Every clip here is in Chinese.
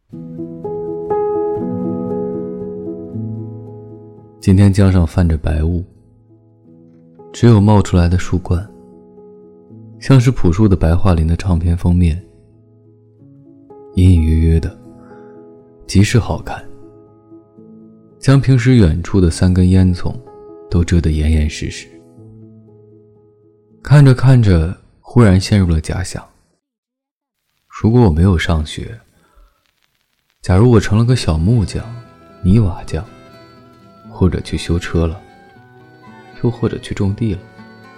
今天江上泛着白雾，只有冒出来的树冠，像是朴树的白桦林的唱片封面，隐隐约约的，极是好看，将平时远处的3根烟囱都遮得严严实实。看着看着，忽然陷入了假想，如果我没有上学，假如我成了个小木匠、泥瓦匠，或者去修车了，又或者去种地了。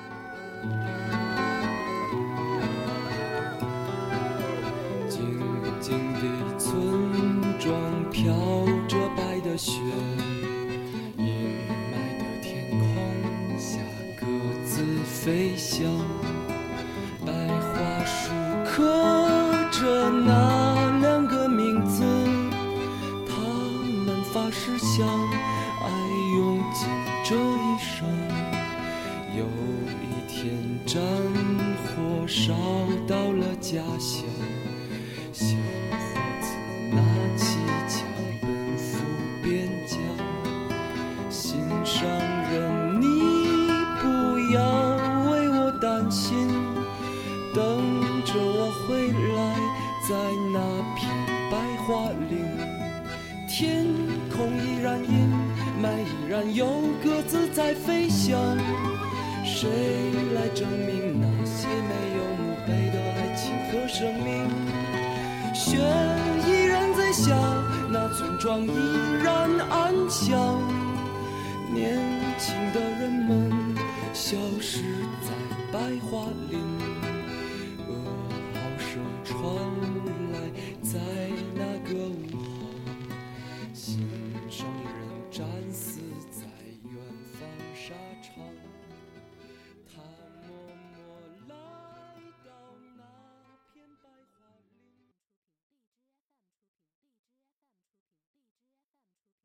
静静的村庄飘着白的雪，阴霾的天空下各自飞翔，白桦树刻着那2个名字，他们发誓相爱用尽这一生。有一天战火烧到了家乡，小伙子拿起枪奔赴边疆。心上人，你不要为我担心，等着我回来，在那片白桦林，天空依然阴霾，依然有鸽子在飞翔。谁来证明那些没有墓碑的爱情和生命？雪依然在下，那村庄依然安详，年轻的人们消失在白桦林。